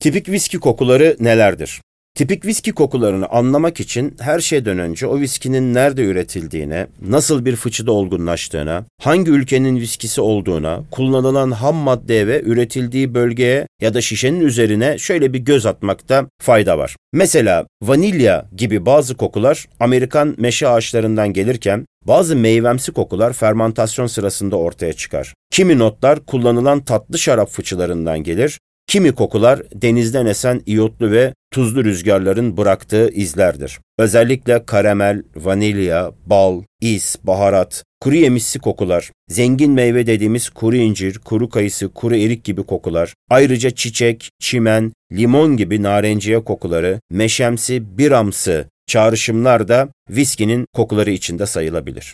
Tipik viski kokuları nelerdir? Tipik viski kokularını anlamak için her şeyden önce o viskinin nerede üretildiğine, nasıl bir fıçıda olgunlaştığına, hangi ülkenin viskisi olduğuna, kullanılan ham maddeye ve üretildiği bölgeye ya da şişenin üzerine şöyle bir göz atmakta fayda var. Mesela vanilya gibi bazı kokular Amerikan meşe ağaçlarından gelirken bazı meyvemsi kokular fermantasyon sırasında ortaya çıkar. Kimi notlar kullanılan tatlı şarap fıçılarından gelir. Kimi kokular denizden esen iyotlu ve tuzlu rüzgarların bıraktığı izlerdir. Özellikle karamel, vanilya, bal, is, baharat, kuru yemişsi kokular, zengin meyve dediğimiz kuru incir, kuru kayısı, kuru erik gibi kokular, ayrıca çiçek, çimen, limon gibi narenciye kokuları, meşemsi, biramsı çağrışımlar da viskinin kokuları içinde sayılabilir.